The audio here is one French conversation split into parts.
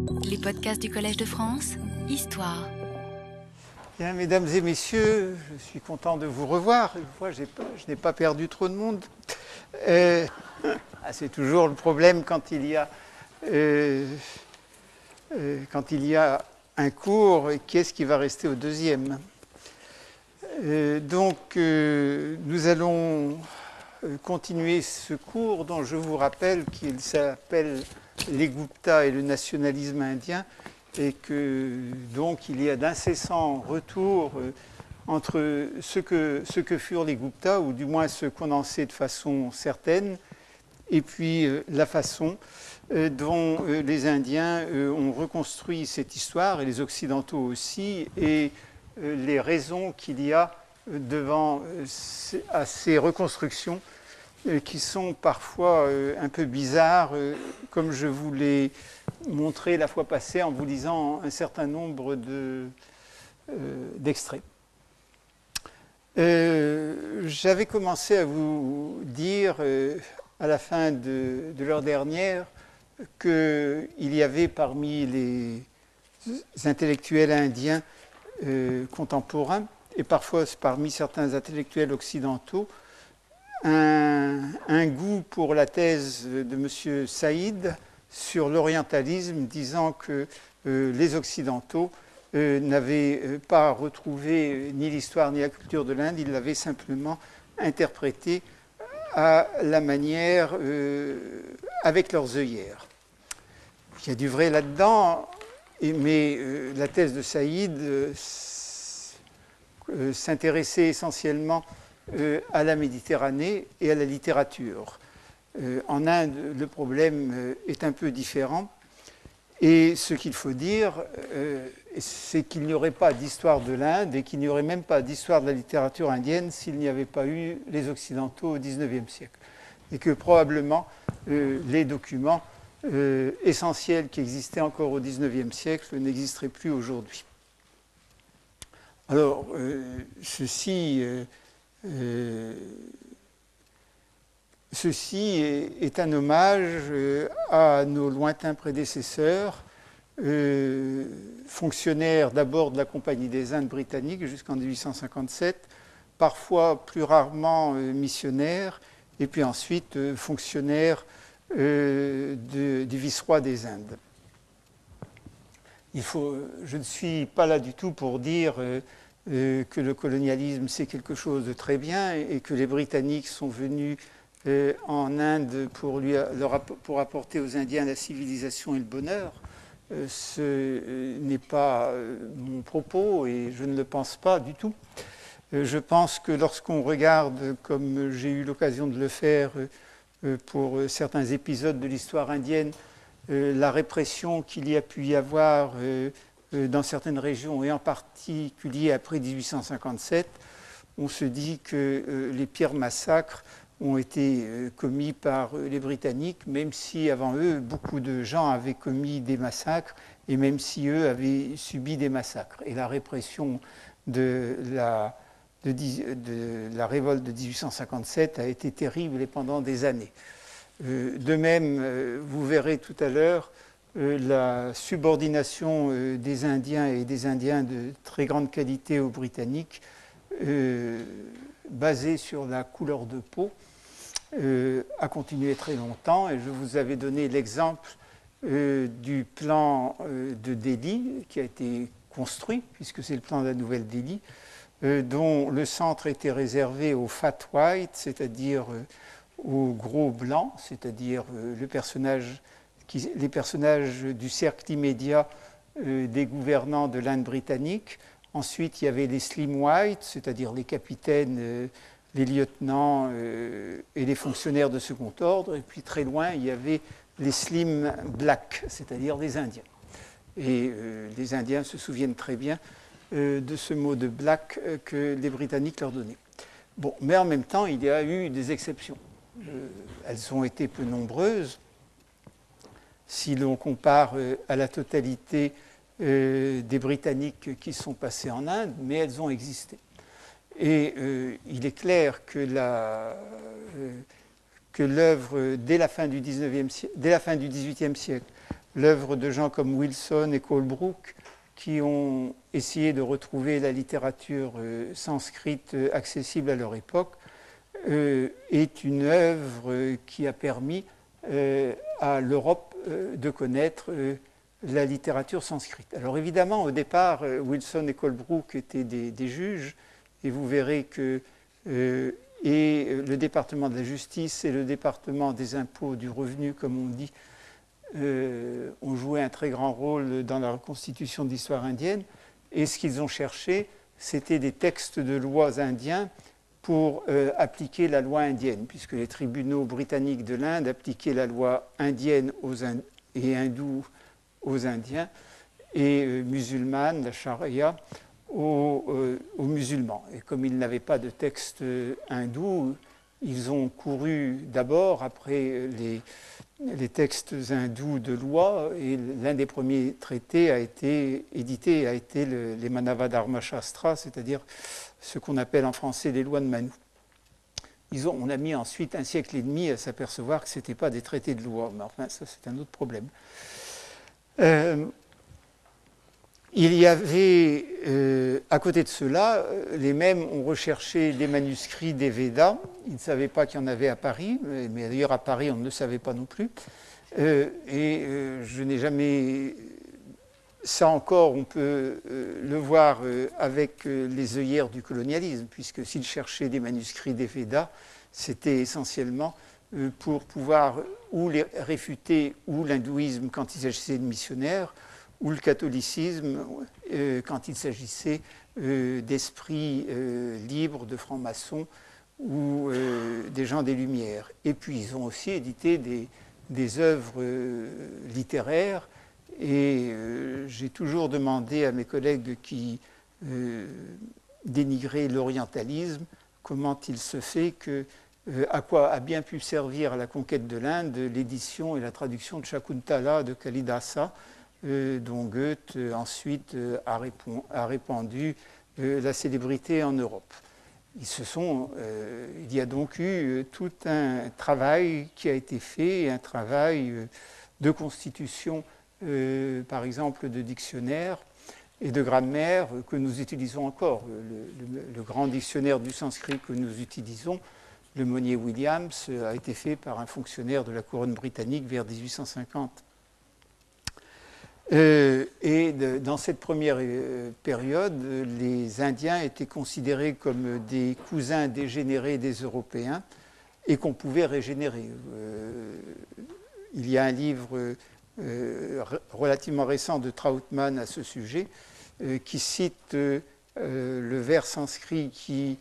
Les podcasts du Collège de France, Histoire. Bien, mesdames et messieurs, je suis content de vous revoir. Une fois, je n'ai pas perdu trop de monde. C'est toujours le problème quand il y a un cours, qui est-ce qui va rester au deuxième? Nous allons continuer ce cours dont je vous rappelle qu'il s'appelle les Guptas et le nationalisme indien, et que donc il y a d'incessants retours entre ce que furent les Guptas, ou du moins ce qu'on en sait de façon certaine, et puis la façon dont les Indiens ont reconstruit cette histoire, et les Occidentaux aussi, et les raisons qu'il y a devant à ces reconstructions qui sont parfois un peu bizarres, comme je vous l'ai montré la fois passée en vous lisant un certain nombre d'extraits. J'avais commencé à vous dire à la fin de l'heure dernière qu'il y avait parmi les intellectuels indiens contemporains, et parfois parmi certains intellectuels occidentaux, un goût pour la thèse de M. Saïd sur l'orientalisme, disant que les Occidentaux n'avaient pas retrouvé ni l'histoire ni la culture de l'Inde, ils l'avaient simplement interprétée à la manière avec leurs œillères. Il y a du vrai là-dedans, mais la thèse de Saïd s'intéressait essentiellement à la Méditerranée et à la littérature. En Inde, le problème est un peu différent. Et ce qu'il faut dire, c'est qu'il n'y aurait pas d'histoire de l'Inde et qu'il n'y aurait même pas d'histoire de la littérature indienne s'il n'y avait pas eu les Occidentaux au XIXe siècle. Et que probablement les documents essentiels qui existaient encore au XIXe siècle n'existeraient plus aujourd'hui. Alors, ceci est un hommage à nos lointains prédécesseurs, fonctionnaires d'abord de la Compagnie des Indes britanniques jusqu'en 1857, parfois plus rarement missionnaires, et puis ensuite fonctionnaires du vice-roi des Indes. Je ne suis pas là du tout pour dire que le colonialisme c'est quelque chose de très bien et que les Britanniques sont venus en Inde pour apporter aux Indiens la civilisation et le bonheur. Ce n'est pas mon propos et je ne le pense pas du tout. Je pense que lorsqu'on regarde, comme j'ai eu l'occasion de le faire pour certains épisodes de l'histoire indienne, la répression qu'il y a pu y avoir dans certaines régions, et en particulier après 1857, on se dit que les pires massacres ont été commis par les Britanniques, même si avant eux, beaucoup de gens avaient commis des massacres, et même si eux avaient subi des massacres. Et la répression de la révolte de 1857 a été terrible et pendant des années. De même, vous verrez tout à l'heure la subordination des Indiens et des Indiens de très grande qualité aux Britanniques, basée sur la couleur de peau, a continué très longtemps. Et je vous avais donné l'exemple du plan de Delhi qui a été construit, puisque c'est le plan de la Nouvelle Delhi, dont le centre était réservé aux fat whites, c'est-à-dire aux gros blancs, c'est-à-dire les personnages du cercle immédiat des gouvernants de l'Inde britannique. Ensuite, il y avait les slim whites, c'est-à-dire les capitaines, les lieutenants et les fonctionnaires de second ordre. Et puis très loin, il y avait les slim blacks, c'est-à-dire les Indiens. Et les Indiens se souviennent très bien de ce mot de black que les Britanniques leur donnaient. Bon, mais en même temps, il y a eu des exceptions. Elles ont été peu nombreuses si l'on compare à la totalité des Britanniques qui sont passés en Inde, mais elles ont existé. Et il est clair que l'œuvre, dès la fin du XVIIIe siècle, l'œuvre de gens comme Wilson et Colebrook, qui ont essayé de retrouver la littérature sanscrite accessible à leur époque, est une œuvre qui a permis à l'Europe de connaître la littérature sanscrite. Alors évidemment, au départ, Wilson et Colebrook étaient des juges, et vous verrez que le département de la justice et le département des impôts du revenu, comme on dit, ont joué un très grand rôle dans la reconstitution de l'histoire indienne. Et ce qu'ils ont cherché, c'était des textes de lois indiens pour appliquer la loi indienne, puisque les tribunaux britanniques de l'Inde appliquaient la loi indienne et hindoue aux Indiens, et musulmane, la charia, aux musulmans. Et comme ils n'avaient pas de texte hindou, ils ont couru d'abord après les textes hindous de loi, et l'un des premiers traités a été édité, les Manavadharma Shastra, c'est-à-dire ce qu'on appelle en français les lois de Manu. On a mis ensuite 1 siècle et demi à s'apercevoir que ce n'étaient pas des traités de loi, mais enfin ça c'est un autre problème. Il y avait, à côté de cela, les mêmes ont recherché des manuscrits des Védas. Ils ne savaient pas qu'il y en avait à Paris, mais d'ailleurs à Paris on ne le savait pas non plus. Je n'ai jamais... Ça encore, on peut le voir avec les œillères du colonialisme, puisque s'ils cherchaient des manuscrits des Védas, c'était essentiellement pour pouvoir ou les réfuter, ou l'hindouisme quand il s'agissait de missionnaires, ou le catholicisme quand il s'agissait d'esprits libres, de francs-maçons ou des gens des Lumières. Et puis ils ont aussi édité des œuvres littéraires, et j'ai toujours demandé à mes collègues qui dénigraient l'orientalisme comment il se fait que à quoi a bien pu servir à la conquête de l'Inde l'édition et la traduction de Shakuntala de Kalidasa, dont Goethe ensuite a répandu la célébrité en Europe. Il y a donc eu tout un travail qui a été fait, un travail de constitution, par exemple de dictionnaire et de grammaire que nous utilisons encore. Le grand dictionnaire du sanskrit que nous utilisons, le Monnier-Williams, a été fait par un fonctionnaire de la couronne britannique vers 1850. Dans cette première période, les Indiens étaient considérés comme des cousins dégénérés des Européens et qu'on pouvait régénérer. Il y a un livre relativement récent de Trautmann à ce sujet qui cite le vers sanskrit qui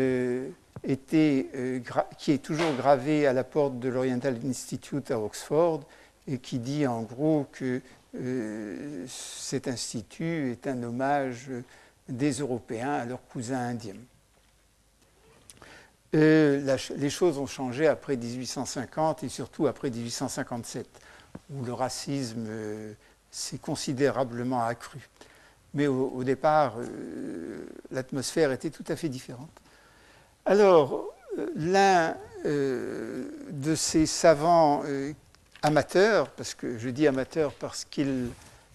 est toujours gravé à la porte de l'Oriental Institute à Oxford et qui dit en gros que cet institut est un hommage des Européens à leurs cousins indiens. Les choses ont changé après 1850 et surtout après 1857, où le racisme s'est considérablement accru. Mais au départ, l'atmosphère était tout à fait différente. Alors, l'un de ces savants amateurs, parce que je dis amateurs parce qu'ils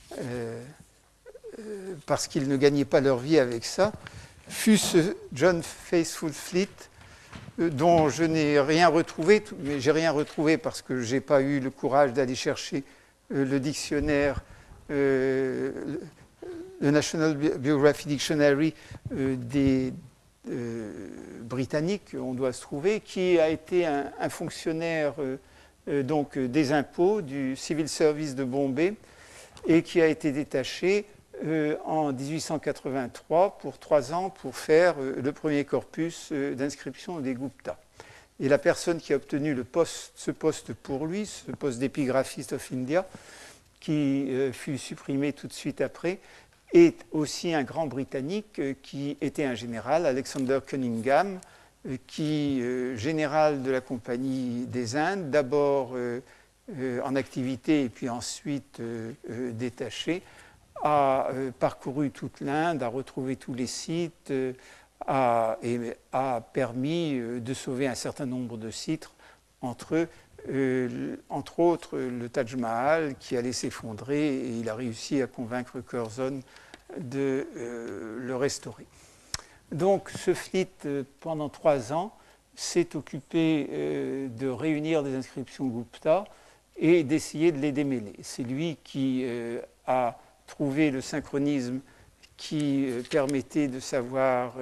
ne gagnaient pas leur vie avec ça, fut ce John Faithfull Fleet, dont je n'ai rien retrouvé, mais j'ai rien retrouvé parce que je n'ai pas eu le courage d'aller chercher le dictionnaire, le National Biography Dictionary des Britanniques, on doit se trouver, qui a été un fonctionnaire donc des impôts du Civil Service de Bombay et qui a été détaché en 1883 pour 3 ans pour faire le premier corpus d'inscription des Gupta. Et la personne qui a obtenu ce poste pour lui, ce poste d'épigraphiste of India, qui fut supprimé tout de suite après, est aussi un grand Britannique qui était un général, Alexander Cunningham, général de la Compagnie des Indes, d'abord en activité et puis ensuite détaché, a parcouru toute l'Inde, a retrouvé tous les sites, et a permis de sauver un certain nombre de sites, entre eux entre autres le Taj Mahal qui allait s'effondrer, et il a réussi à convaincre Curzon de le restaurer. Donc ce Fleet, pendant 3 ans, s'est occupé de réunir des inscriptions Gupta et d'essayer de les démêler. C'est lui qui a trouvé le synchronisme qui permettait de savoir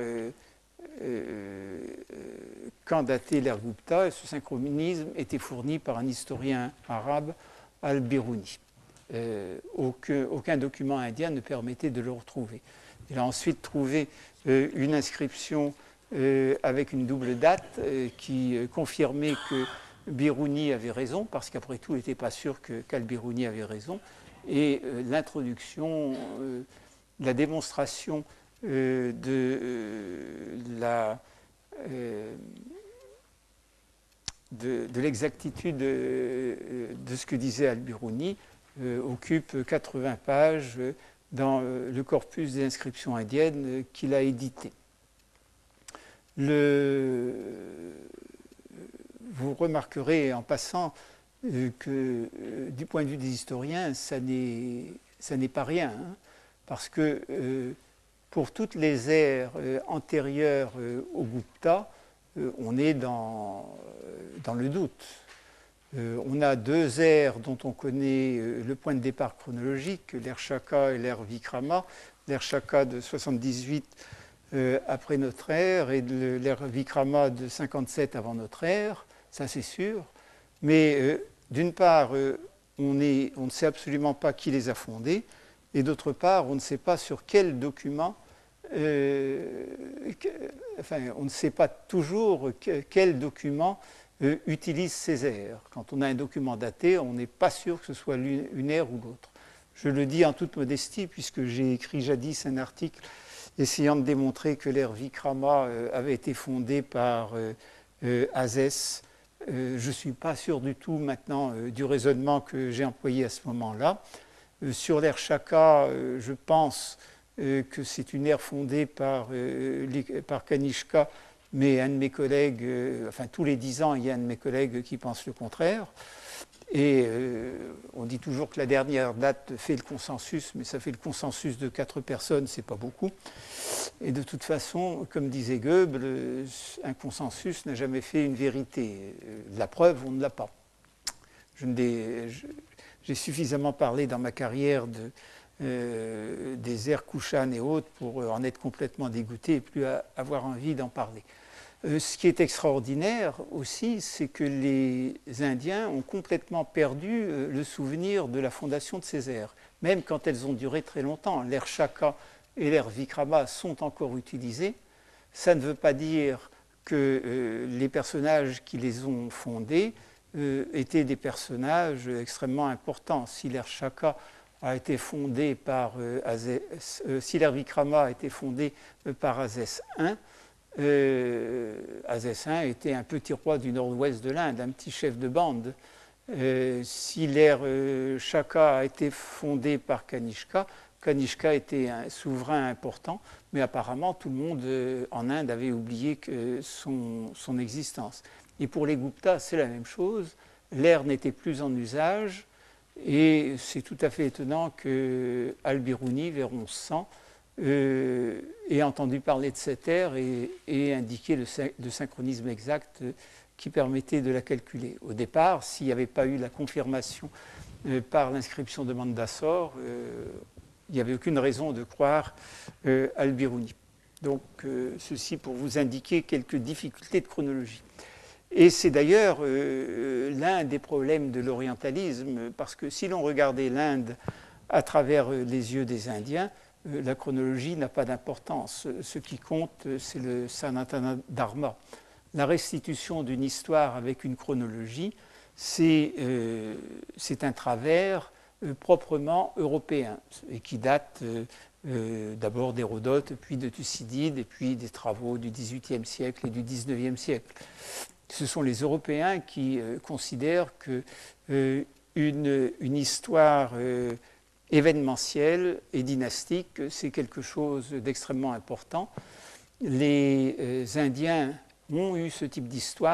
quand dater l'ère Gupta, et ce synchronisme était fourni par un historien arabe, Al-Biruni. Aucun document indien ne permettait de le retrouver. Il a ensuite trouvé une inscription avec une double date qui confirmait que Biruni avait raison, parce qu'après tout, il n'était pas sûr qu'Al-Biruni avait raison. Et l'introduction, la démonstration de l'exactitude de ce que disait Al-Biruni occupe 80 pages dans le corpus des inscriptions indiennes qu'il a édité. Vous remarquerez en passant que du point de vue des historiens, ça n'est pas rien, hein, parce que pour toutes les ères antérieures au Gupta, on est dans le doute. On a 2 ères dont on connaît le point de départ chronologique, l'ère Shaka et l'ère Vikrama. L'ère Shaka de 78 après notre ère et l'ère Vikrama de 57 avant notre ère, ça c'est sûr. Mais d'une part, on ne sait absolument pas qui les a fondés, et d'autre part, on ne sait pas sur quel document, on ne sait pas toujours quel document utilise ces ères. Quand on a un document daté, on n'est pas sûr que ce soit une ère ou l'autre. Je le dis en toute modestie, puisque j'ai écrit jadis un article essayant de démontrer que l'ère Vikrama avait été fondée par Azès. Je ne suis pas sûr du tout maintenant du raisonnement que j'ai employé à ce moment-là. Sur l'ère Shaka, je pense que c'est une ère fondée par Kanishka, mais un de mes collègues, enfin tous les 10 ans, il y a un de mes collègues qui pense le contraire. Et on dit toujours que la dernière date fait le consensus, mais ça fait le consensus de 4 personnes, c'est pas beaucoup. Et de toute façon, comme disait Goebbels, un consensus n'a jamais fait une vérité. La preuve, on ne l'a pas. J'ai suffisamment parlé dans ma carrière des ères Kushan et autres pour en être complètement dégoûté et plus avoir envie d'en parler. Ce qui est extraordinaire aussi, c'est que les Indiens ont complètement perdu le souvenir de la fondation de ces ères, même quand elles ont duré très longtemps. L'ère Shaka et l'ère Vikrama sont encore utilisées. Ça ne veut pas dire que les personnages qui les ont fondées étaient des personnages extrêmement importants. Si l'ère Shaka a été fondée par si l'ère Vikrama a été fondée par Azès I, Azès I était un petit roi du nord-ouest de l'Inde, un petit chef de bande. Si l'ère Shaka a été fondée par Kanishka, Kanishka était un souverain important, mais apparemment tout le monde en Inde avait oublié son existence. Et pour les Guptas, c'est la même chose. L'ère n'était plus en usage, et c'est tout à fait étonnant que Al-Biruni, vers 1100, ait entendu parler de cette ère et indiqué le synchronisme exact qui permettait de la calculer. Au départ, s'il n'y avait pas eu la confirmation par l'inscription de Mandasor, il n'y avait aucune raison de croire Al-Biruni. Donc, ceci pour vous indiquer quelques difficultés de chronologie. Et c'est d'ailleurs l'un des problèmes de l'orientalisme, parce que si l'on regardait l'Inde à travers les yeux des Indiens, la chronologie n'a pas d'importance. Ce qui compte, c'est le Sanatana Dharma. La restitution d'une histoire avec une chronologie, c'est un travers proprement européen, et qui date d'abord d'Hérodote, puis de Thucydide, et puis des travaux du XVIIIe siècle et du XIXe siècle. Ce sont les Européens qui considèrent qu'une histoire événementielle et dynastique, c'est quelque chose d'extrêmement important. Les Indiens ont eu ce type d'histoire,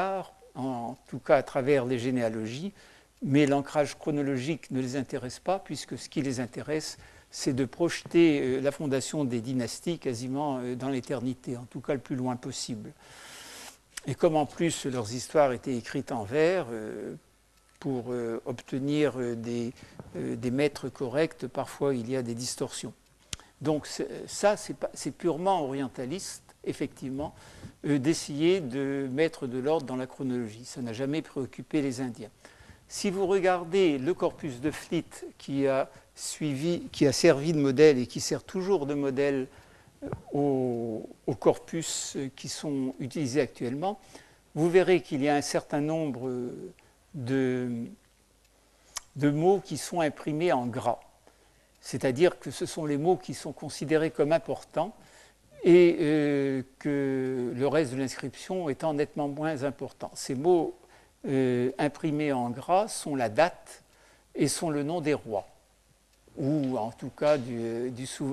en tout cas à travers les généalogies, mais l'ancrage chronologique ne les intéresse pas, puisque ce qui les intéresse, c'est de projeter la fondation des dynasties quasiment dans l'éternité, en tout cas le plus loin possible. Et comme en plus leurs histoires étaient écrites en vers, pour obtenir des maîtres corrects, parfois il y a des distorsions. Donc ça, c'est purement orientaliste, effectivement, d'essayer de mettre de l'ordre dans la chronologie. Ça n'a jamais préoccupé les Indiens. Si vous regardez le corpus de Fleet qui a servi de modèle et qui sert toujours de modèle aux corpus qui sont utilisés actuellement, vous verrez qu'il y a un certain nombre de mots qui sont imprimés en gras. C'est-à-dire que ce sont les mots qui sont considérés comme importants et que le reste de l'inscription étant nettement moins important. Ces mots imprimés en gras sont la date et sont le nom des rois, ou en tout cas du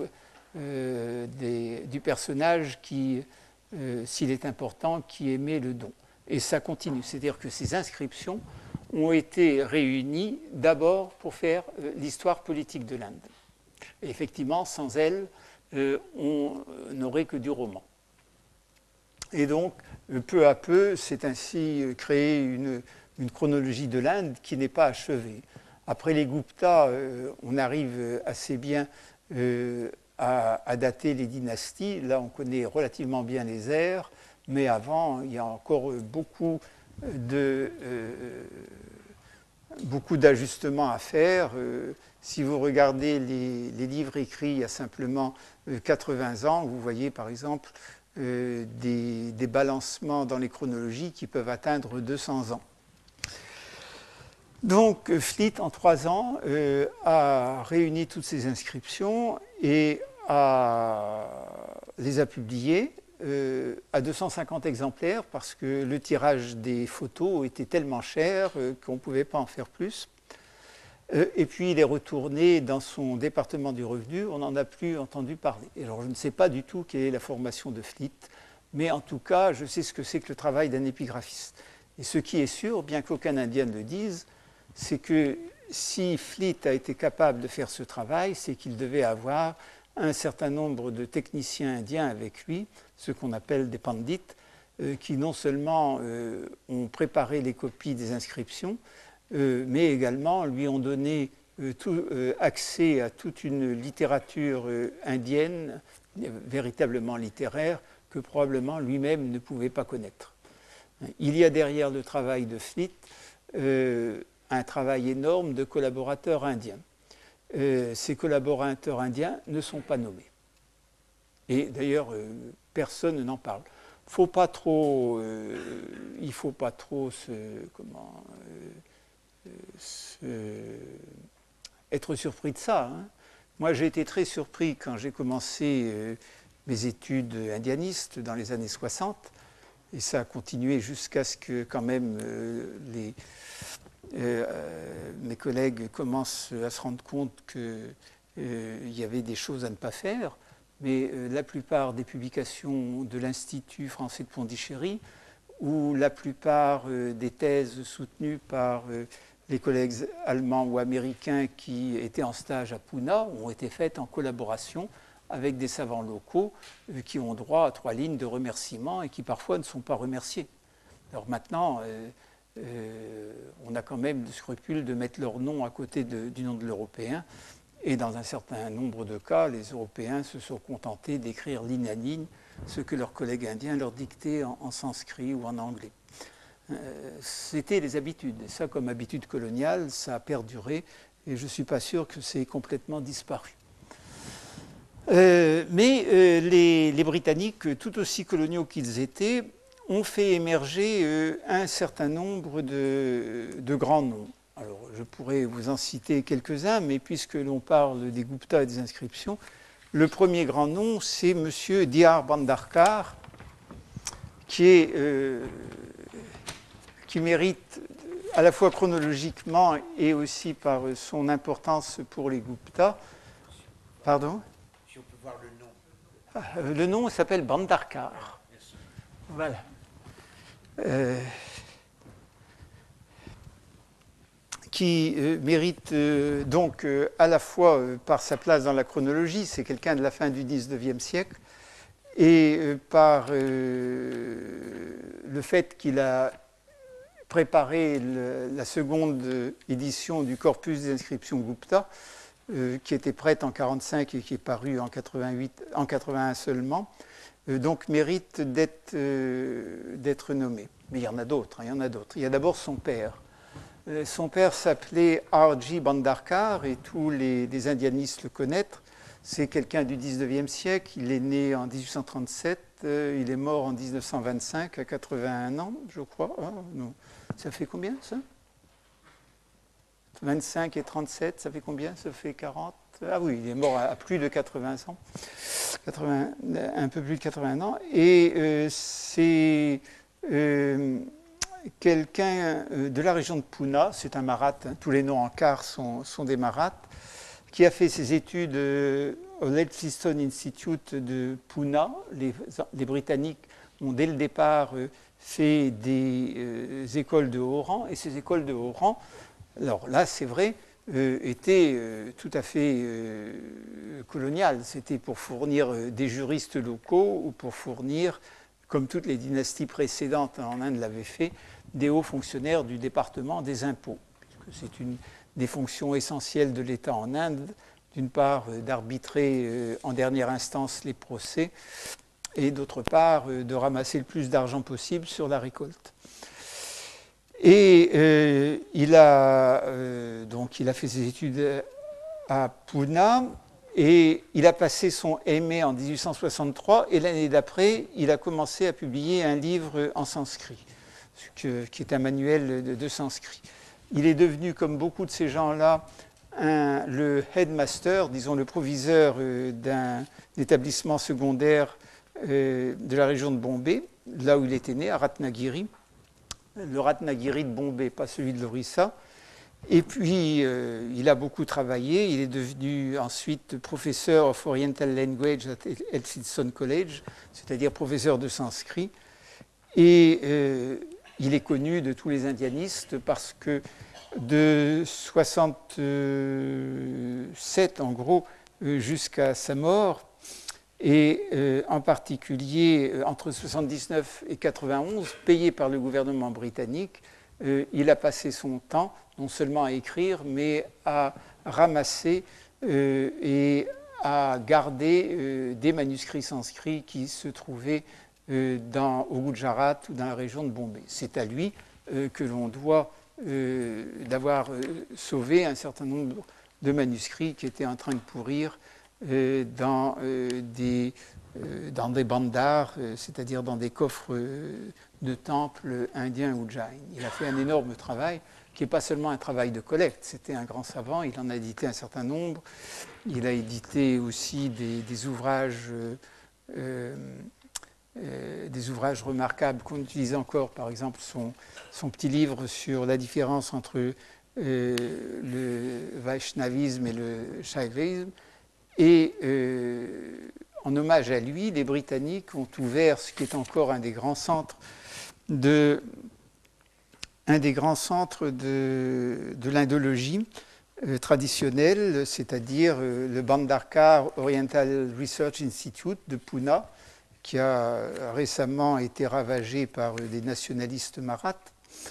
personnage qui, s'il est important, qui émet le don. Et ça continue, c'est-à-dire que ces inscriptions ont été réunies d'abord pour faire l'histoire politique de l'Inde. Et effectivement, sans elles, on n'aurait que du roman. Et donc, peu à peu, c'est ainsi créé une chronologie de l'Inde qui n'est pas achevée. Après les Guptas, on arrive assez bien à dater les dynasties. Là, on connaît relativement bien les ères, mais avant, il y a encore beaucoup d'ajustements à faire. Si vous regardez les livres écrits il y a simplement 80 ans, vous voyez par exemple des balancements dans les chronologies qui peuvent atteindre 200 ans. Donc Fleet, en 3 ans, a réuni toutes ces inscriptions et les a publiées à 250 exemplaires parce que le tirage des photos était tellement cher qu'on ne pouvait pas en faire plus. Et puis il est retourné dans son département du revenu, on n'en a plus entendu parler. Et alors je ne sais pas du tout quelle est la formation de Fleet, mais en tout cas je sais ce que c'est que le travail d'un épigraphiste. Et ce qui est sûr, bien qu'aucun Indien ne le dise, c'est que si Fleet a été capable de faire ce travail, c'est qu'il devait avoir un certain nombre de techniciens indiens avec lui, ce qu'on appelle des pandits, qui non seulement ont préparé les copies des inscriptions, mais également lui ont donné accès à toute une littérature indienne, véritablement littéraire, que probablement lui-même ne pouvait pas connaître. Il y a derrière le travail de Fleet un travail énorme de collaborateurs indiens. Ces collaborateurs indiens ne sont pas nommés. Et d'ailleurs, personne n'en parle. Il ne faut pas trop être surpris de ça. Hein. Moi, j'ai été très surpris quand j'ai commencé mes études indianistes dans les années 60, et ça a continué jusqu'à ce que quand même mes collègues commencent à se rendre compte qu'il y avait des choses à ne pas faire, mais la plupart des publications de l'Institut français de Pondichéry ou la plupart des thèses soutenues par les collègues allemands ou américains qui étaient en stage à Pune ont été faites en collaboration avec des savants locaux qui ont droit à 3 lignes de remerciements et qui parfois ne sont pas remerciés. Alors maintenant, on a quand même le scrupule de mettre leur nom à côté du nom de l'Européen, et dans un certain nombre de cas, les Européens se sont contentés d'écrire ligne à ligne ce que leurs collègues indiens leur dictaient en sanskrit ou en anglais. C'était les habitudes, et ça, comme habitude coloniale, ça a perduré, et je ne suis pas sûr que c'est complètement disparu. Mais les Britanniques, tout aussi coloniaux qu'ils étaient, ont fait émerger un certain nombre de grands noms. Alors, je pourrais vous en citer quelques-uns, mais puisque l'on parle des Guptas et des inscriptions, le premier grand nom, c'est M. Diyar Bhandarkar, qui mérite à la fois chronologiquement et aussi par son importance pour les Guptas. Pardon ? Si on peut voir le nom. Le nom s'appelle Bhandarkar. Voilà. qui mérite donc à la fois par sa place dans la chronologie, c'est quelqu'un de la fin du XIXe siècle, et par le fait qu'il a préparé la seconde édition du corpus des inscriptions Gupta, qui était prête en 1945 et qui est parue en 1981 seulement, donc mérite d'être nommé. Mais il y en a d'autres, il y en a d'autres. Il y a d'abord son père. Son père s'appelait R.J. Bhandarkar et tous les indianistes le connaissent. C'est quelqu'un du XIXe siècle. Il est né en 1837. Il est mort en 1925 à 81 ans, je crois. Ah, non. Ça fait combien, ça? 25 et 37, ça fait combien? Ça fait 40. Ah oui, il est mort à plus de 80 ans. Un peu plus de 80 ans. Et c'est quelqu'un de la région de Pune, c'est un marathe, hein, tous les noms en quart sont des marathes, qui a fait ses études au Elphinstone Institute de Pune. Les Britanniques ont dès le départ fait des écoles de haut rang, et ces écoles de haut rang, alors là c'est vrai, étaient tout à fait coloniales. C'était pour fournir des juristes locaux ou pour fournir, comme toutes les dynasties précédentes en Inde l'avaient fait, des hauts fonctionnaires du département des impôts, puisque c'est une des fonctions essentielles de l'État en Inde, d'une part d'arbitrer en dernière instance les procès, et d'autre part de ramasser le plus d'argent possible sur la récolte. Et il a fait ses études à Pune, et il a passé son MA en 1863, et l'année d'après, il a commencé à publier un livre en sanskrit, qui est un manuel de sanskrit. Il est devenu, comme beaucoup de ces gens-là, le headmaster, disons le proviseur d'un établissement secondaire de la région de Bombay, là où il était né, à Ratnagiri. Le Ratnagiri de Bombay, pas celui de l'Orissa. Et puis, il a beaucoup travaillé. Il est devenu ensuite professeur of Oriental Language at Elphinstone College, c'est-à-dire professeur de sanskrit. Et il est connu de tous les indianistes parce que de 67, en gros, jusqu'à sa mort, et en particulier entre 79 et 91, payé par le gouvernement britannique, il a passé son temps non seulement à écrire, mais à ramasser et à garder des manuscrits sanscrits qui se trouvaient au Gujarat ou dans la région de Bombay. C'est à lui que l'on doit d'avoir sauvé un certain nombre de manuscrits qui étaient en train de pourrir dans des bandars, c'est-à-dire dans des coffres de temples indiens ou jains. Il a fait un énorme travail qui n'est pas seulement un travail de collecte, c'était un grand savant, il en a édité un certain nombre, il a édité aussi des ouvrages remarquables qu'on utilise encore, par exemple son petit livre sur la différence entre le Vaishnavisme et le Shaivisme. Et en hommage à lui, les Britanniques ont ouvert ce qui est encore un des grands centres de l'indologie traditionnelle, c'est-à-dire le Bhandarkar Oriental Research Institute de Pune, qui a récemment été ravagé par des nationalistes marathes.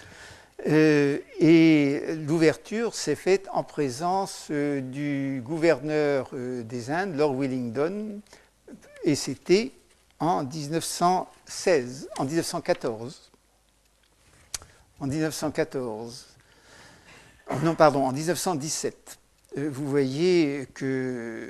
Et l'ouverture s'est faite en présence du gouverneur des Indes, Lord Wellington, et c'était en 1916, en 1914. En 1914. Non, pardon, en 1917. Vous voyez que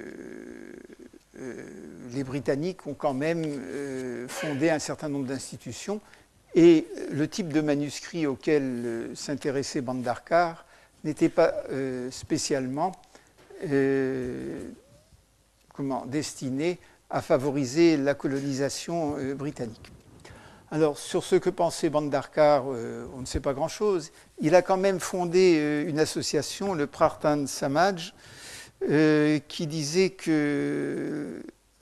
les Britanniques ont quand même fondé un certain nombre d'institutions. Et le type de manuscrit auquel s'intéressait Bhandarkar n'était pas spécialement destiné à favoriser la colonisation britannique. Alors, sur ce que pensait Bhandarkar, on ne sait pas grand-chose. Il a quand même fondé une association, le Prarthan Samaj, qui disait que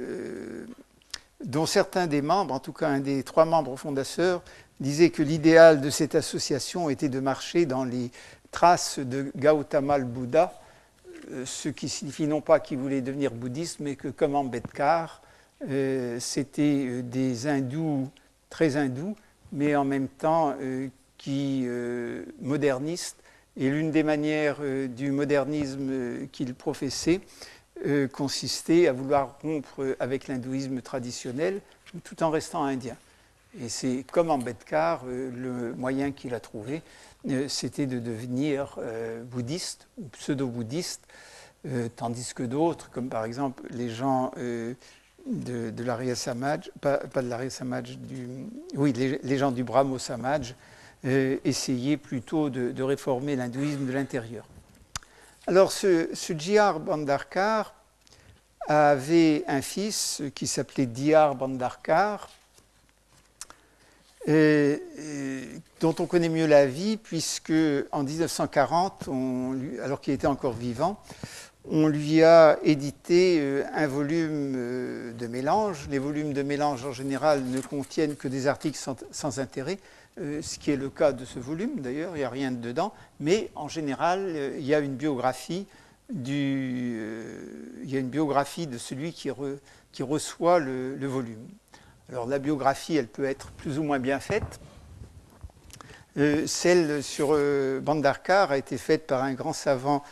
dont certains des membres, en tout cas un des 3 membres fondateurs, disaient que l'idéal de cette association était de marcher dans les traces de Gautama le Bouddha, ce qui signifie non pas qu'il voulait devenir bouddhiste, mais que comme Ambedkar, c'était des hindous, très hindous, mais en même temps modernistes. Et l'une des manières du modernisme qu'il professait consistait à vouloir rompre avec l'hindouisme traditionnel, tout en restant indien. Et c'est comme Ambedkar, le moyen qu'il a trouvé, c'était de devenir bouddhiste ou pseudo-bouddhiste, tandis que d'autres, comme par exemple les gens de l'Arya Samaj, pas de l'Arya Samaj, les gens du Brahmo Samaj, essayaient plutôt de réformer l'hindouisme de l'intérieur. Alors ce J.R. Bhandarkar avait un fils qui s'appelait Diyar Bhandarkar, dont on connaît mieux la vie, puisque en 1940, alors qu'il était encore vivant, on lui a édité un volume de mélange. Les volumes de mélange, en général, ne contiennent que des articles sans intérêt, ce qui est le cas de ce volume, d'ailleurs, il n'y a rien dedans, mais en général, il y a une biographie de celui qui reçoit le volume. Alors la biographie, elle peut être plus ou moins bien faite. Celle sur Bhandarkar a été faite par un grand savant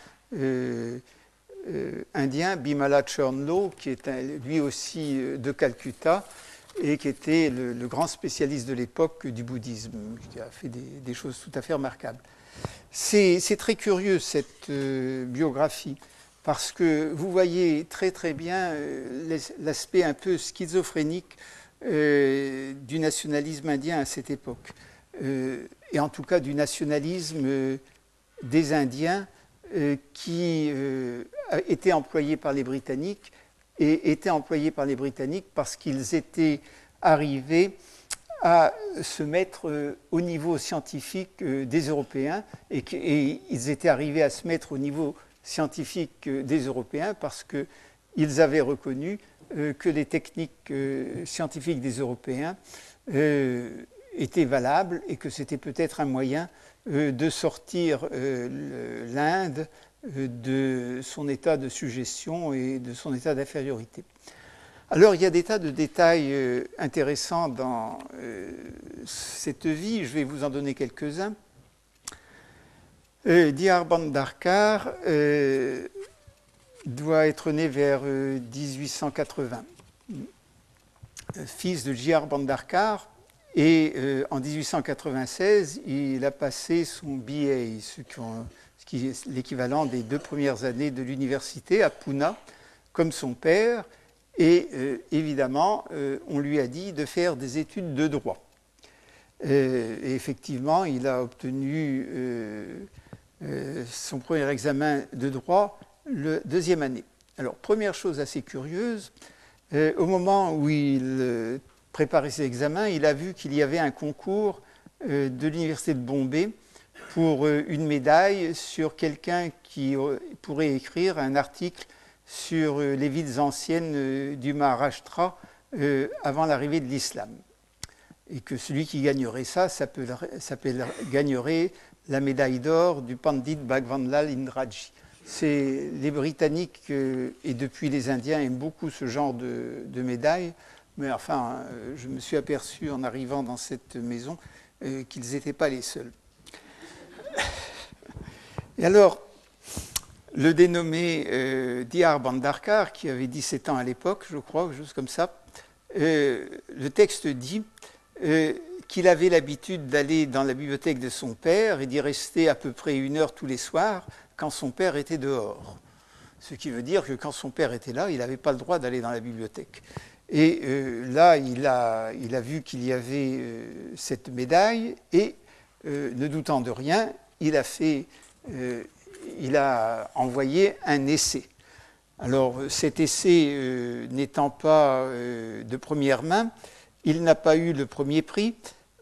indien, Bimala Chernlo, qui est lui aussi de Calcutta et qui était le grand spécialiste de l'époque du bouddhisme, qui a fait des choses tout à fait remarquables. C'est très curieux cette biographie, parce que vous voyez très très bien l'aspect un peu schizophrénique du nationalisme indien à cette époque, et en tout cas du nationalisme des Indiens qui étaient employés par les Britanniques, et étaient employés par les Britanniques parce qu'ils étaient arrivés à se mettre au niveau scientifique des Européens, et ils étaient arrivés à se mettre au niveau scientifique des Européens parce qu'ils avaient reconnu que les techniques scientifiques des Européens étaient valables et que c'était peut-être un moyen de sortir l'Inde de son état de suggestion et de son état d'infériorité. Alors il y a des tas de détails intéressants dans cette vie, je vais vous en donner quelques-uns. Diyar Bhandarkar doit être né vers 1880, fils de J.R. Bhandarkar, et en 1896, il a passé son BA, ce qui est l'équivalent des 2 premières années de l'université à Pune, comme son père, et évidemment, on lui a dit de faire des études de droit. Et effectivement, il a obtenu son premier examen de droit la 2e année. Alors, première chose assez curieuse, au moment où il préparait ses examens, il a vu qu'il y avait un concours de l'université de Bombay pour une médaille sur quelqu'un qui pourrait écrire un article sur les villes anciennes du Maharashtra avant l'arrivée de l'islam. Et que celui qui gagnerait ça gagnerait la médaille d'or du Pandit Bhagwanlal Indraji. Les Britanniques et depuis les Indiens aiment beaucoup ce genre de médailles, mais enfin, je me suis aperçu en arrivant dans cette maison qu'ils n'étaient pas les seuls. Et alors, le dénommé Diyar Bhandarkar, qui avait 17 ans à l'époque, je crois, quelque chose comme ça, le texte dit qu'il avait l'habitude d'aller dans la bibliothèque de son père et d'y rester à peu près 1 heure tous les soirs quand son père était dehors. Ce qui veut dire que quand son père était là, il n'avait pas le droit d'aller dans la bibliothèque. Et là, il a vu qu'il y avait cette médaille et, ne doutant de rien, il a envoyé un essai. Alors, cet essai n'étant pas de première main, il n'a pas eu le premier prix,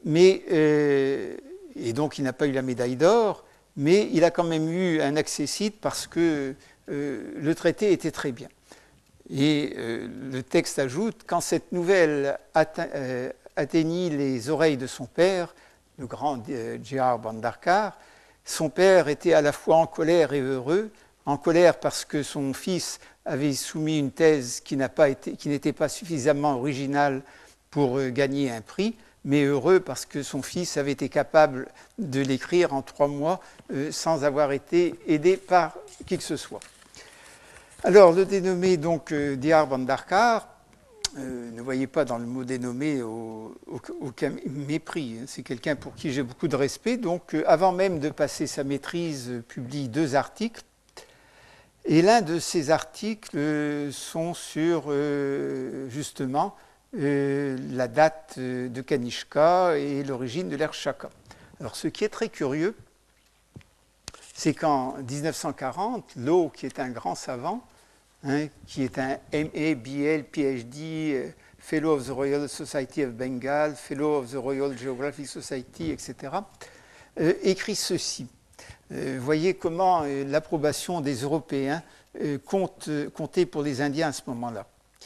et donc il n'a pas eu la médaille d'or, mais il a quand même eu un accessit parce que le traité était très bien. Et le texte ajoute, quand cette nouvelle atteignit les oreilles de son père, le grand J.R. Bhandarkar, son père était à la fois en colère et heureux. En colère parce que son fils avait soumis une thèse qui n'était pas suffisamment originale pour gagner un prix, mais heureux parce que son fils avait été capable de l'écrire en 3 mois sans avoir été aidé par qui que ce soit. Alors, le dénommé donc Diyar Bandar-Kar, ne voyez pas dans le mot dénommé aucun mépris. C'est quelqu'un pour qui j'ai beaucoup de respect. Donc, avant même de passer sa maîtrise, publie 2 articles. Et l'un de ces articles sont sur, justement, la date de Kanishka et l'origine de l'ère Shaka. Alors, ce qui est très curieux, c'est qu'en 1940, Lowe, qui est un grand savant, qui est un MA, BL, PhD, Fellow of the Royal Society of Bengal, Fellow of the Royal Geographic Society, etc., écrit ceci. Voyez comment l'approbation des Européens comptait pour les Indiens à ce moment-là.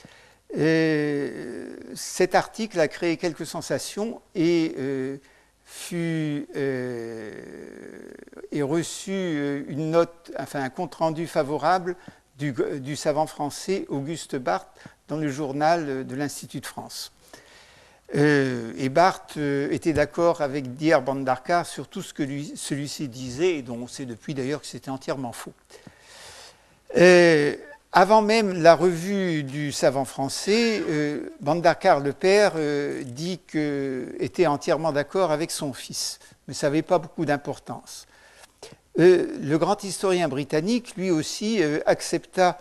Cet article a créé quelques sensations et reçu une note, enfin un compte-rendu favorable du savant français Auguste Barthes dans le journal de l'Institut de France. Et Barthes était d'accord avec Diyar Bandar-Kar sur tout ce que celui-ci disait, et dont on sait depuis d'ailleurs que c'était entièrement faux. Avant même la revue du savant français, Bandar-Kar, le père, était entièrement d'accord avec son fils, mais ça n'avait pas beaucoup d'importance. Le grand historien britannique, lui aussi, accepta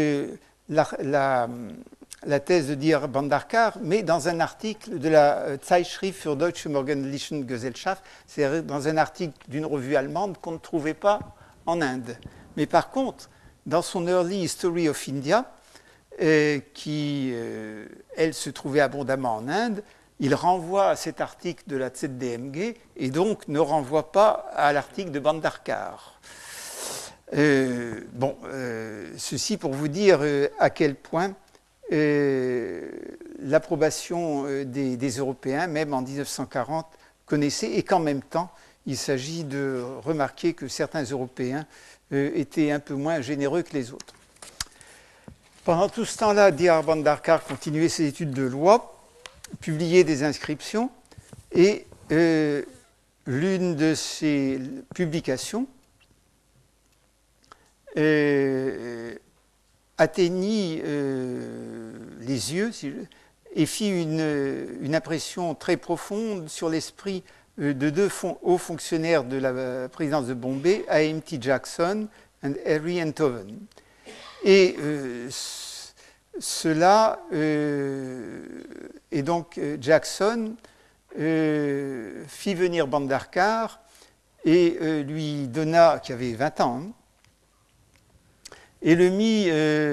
la thèse de Diyar Bandar-Kar, mais dans un article de la Zeitschrift für Deutsche Morgendlichen Gesellschaft, c'est-à-dire dans un article d'une revue allemande qu'on ne trouvait pas en Inde. Mais par contre, dans son Early History of India, qui, elle, se trouvait abondamment en Inde, il renvoie à cet article de la ZDMG et donc ne renvoie pas à l'article de Bandar-Kar. Ceci pour vous dire à quel point l'approbation des Européens, même en 1940, connaissait, et qu'en même temps, il s'agit de remarquer que certains Européens étaient un peu moins généreux que les autres. Pendant tout ce temps-là, Diyar Bandar-Kar continuait ses études de loi, publiait des inscriptions, et l'une de ses publications atteignit les yeux et fit une impression très profonde sur l'esprit de 2 hauts fonctionnaires de la présidence de Bombay, A.M.T. Jackson et Harry Enthoven. Et cela, et donc Jackson fit venir Bandar-Kar et lui donna, qui avait 20 ans, et lui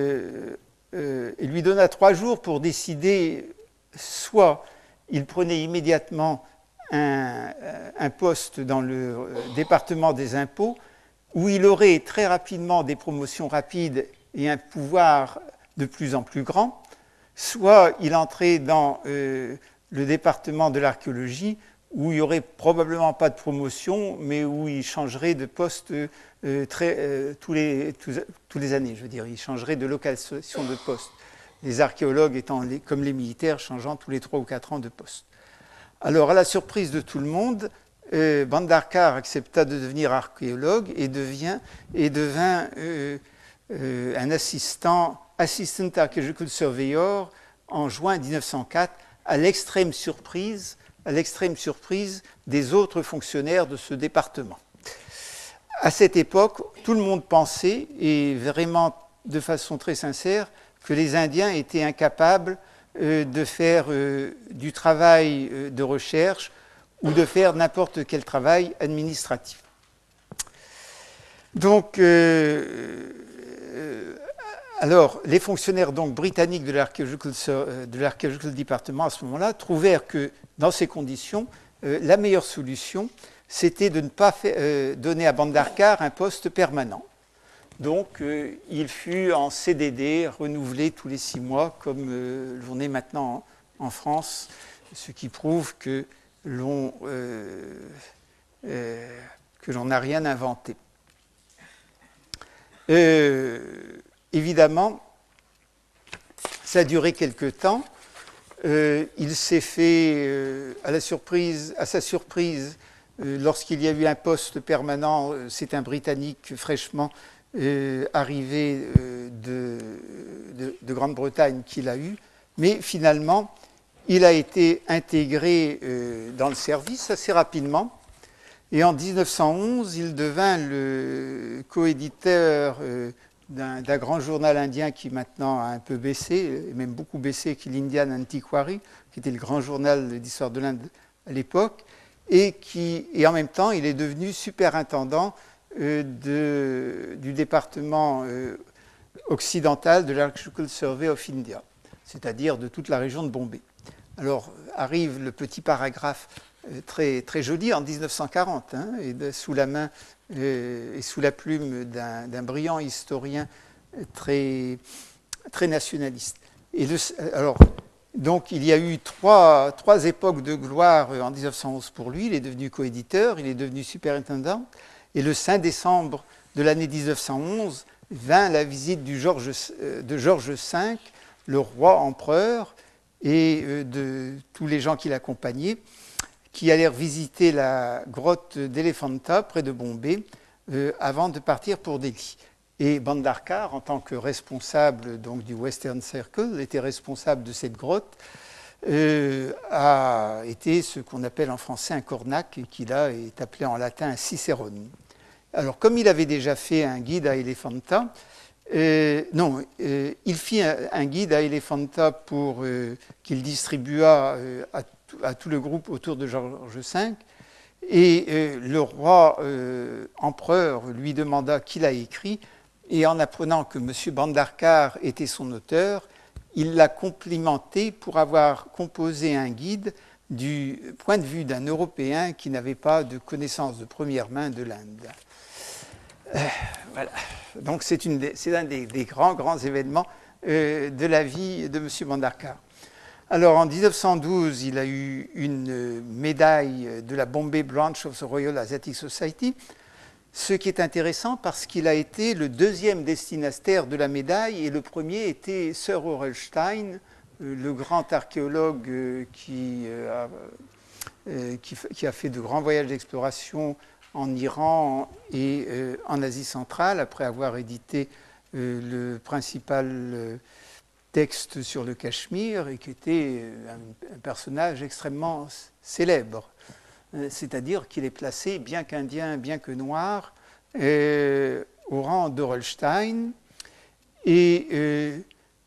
donna 3 jours pour décider, soit il prenait immédiatement un poste dans le département des impôts, où il aurait très rapidement des promotions rapides et un pouvoir de plus en plus grand, soit il entrait dans le département de l'archéologie, où il n'y aurait probablement pas de promotion, mais où il changerait de poste tous les années. Je veux dire, il changerait de localisation de poste. Les archéologues étant, comme les militaires, changeant tous les 3 ou 4 ans de poste. Alors, à la surprise de tout le monde, Bandar-Kar accepta de devenir archéologue et devint un Assistant Archaeological Surveyor en juin 1904, à l'extrême surprise des autres fonctionnaires de ce département. À cette époque, tout le monde pensait, et vraiment de façon très sincère, que les Indiens étaient incapables de faire du travail de recherche ou de faire n'importe quel travail administratif. Donc, alors, les fonctionnaires donc, britanniques de l'Archaeological Department à ce moment-là trouvèrent que, dans ces conditions, la meilleure solution, c'était de ne pas donner à Bandar-Kar un poste permanent. Donc, il fut en CDD, renouvelé tous les 6 mois, comme l'on est maintenant en France, ce qui prouve que que l'on n'a rien inventé. Évidemment, ça a duré quelque temps. Il s'est fait, à sa surprise, lorsqu'il y a eu un poste permanent, c'est un Britannique fraîchement arrivé de Grande-Bretagne qui l'a eu, mais finalement, il a été intégré dans le service assez rapidement. Et en 1911, il devint le coéditeur d'un grand journal indien qui maintenant a un peu baissé, et même beaucoup baissé, qui est l'Indian Antiquary, qui était le grand journal d'histoire de l'Inde à l'époque, et en même temps, il est devenu superintendant du département occidental de l'Archaeological Survey of India, c'est-à-dire de toute la région de Bombay. Alors arrive le petit paragraphe très, très joli en 1940, et sous la main et sous la plume d'un brillant historien très, très nationaliste. Donc il y a eu trois époques de gloire en 1911 pour lui. Il est devenu coéditeur, il est devenu superintendant, et le 5 décembre de l'année 1911 vint la visite de George V, le roi empereur, et de tous les gens qui l'accompagnaient, qui allèrent visiter la grotte d'Elephanta près de Bombay avant de partir pour Delhi. Et Bhandarkar, en tant que responsable donc, du Western Circle, était responsable de cette grotte, a été ce qu'on appelle en français un cornac, et qui là est appelé en latin un cicerone. Alors, comme il avait déjà fait un guide à Elephanta, il fit un guide à Elephanta pour qu'il distribua à tout le groupe autour de George V, et le roi empereur lui demanda qui l'a écrit, et en apprenant que M. Bhandarkar était son auteur, il l'a complimenté pour avoir composé un guide du point de vue d'un Européen qui n'avait pas de connaissance de première main de l'Inde. Voilà. Donc c'est un des grands événements de la vie de M. Bhandarkar. Alors en 1912, il a eu une médaille de la Bombay Branch of the Royal Asiatic Society, ce qui est intéressant parce qu'il a été le deuxième destinataire de la médaille, et le premier était Sir Orelstein, le grand archéologue qui a fait de grands voyages d'exploration en Iran et en Asie centrale, après avoir édité le principal texte sur le Cachemire, et qui était un personnage extrêmement célèbre. C'est-à-dire qu'il est placé, bien qu'indien, bien que noir, au rang d'Orelstein. Et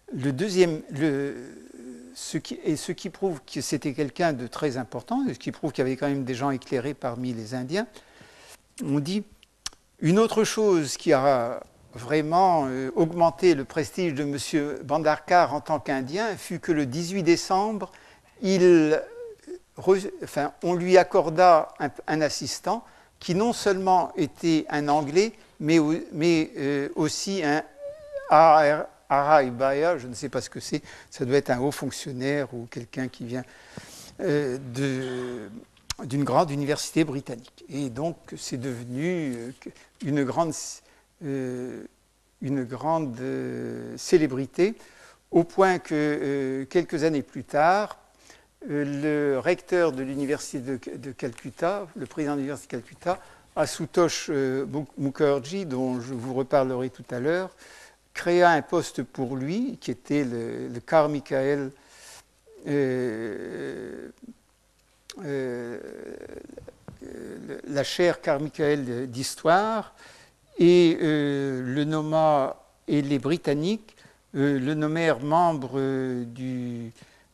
ce qui prouve que c'était quelqu'un de très important, et ce qui prouve qu'il y avait quand même des gens éclairés parmi les Indiens. On dit une autre chose qui a vraiment augmenté le prestige de M. Bhandarkar en tant qu'Indien fut que le 18 décembre, on lui accorda un assistant qui non seulement était un Anglais, mais aussi un Araibaya, je ne sais pas ce que c'est, ça doit être un haut fonctionnaire ou quelqu'un qui vient d'une grande université britannique. Et donc c'est devenu une grande célébrité, au point que quelques années plus tard, le recteur de l'université de Calcutta, le président de l'université de Calcutta, Asutosh Mukherjee, dont je vous reparlerai tout à l'heure, créa un poste pour lui, qui était le Carmichael, la chaire Carmichael d'histoire, et le nomma, et les Britanniques le nommèrent membre du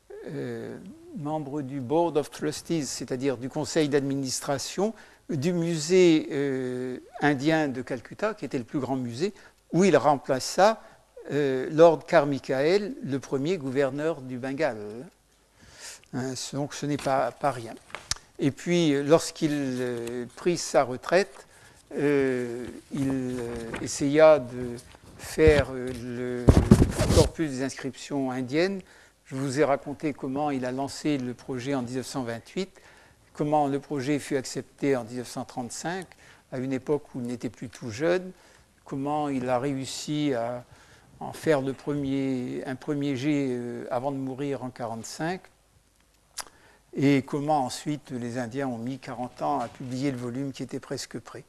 Board of Trustees, c'est-à-dire du conseil d'administration du musée indien de Calcutta, qui était le plus grand musée, où il remplaça Lord Carmichael, le premier gouverneur du Bengale. Donc ce n'est pas rien. Et puis lorsqu'il prit sa retraite, il essaya de faire le corpus des inscriptions indiennes. Je vous ai raconté comment il a lancé le projet en 1928, comment le projet fut accepté en 1935, à une époque où il n'était plus tout jeune, comment il a réussi à en faire un premier jet avant de mourir en 1945, et comment ensuite les Indiens ont mis 40 ans à publier le volume qui était presque prêt.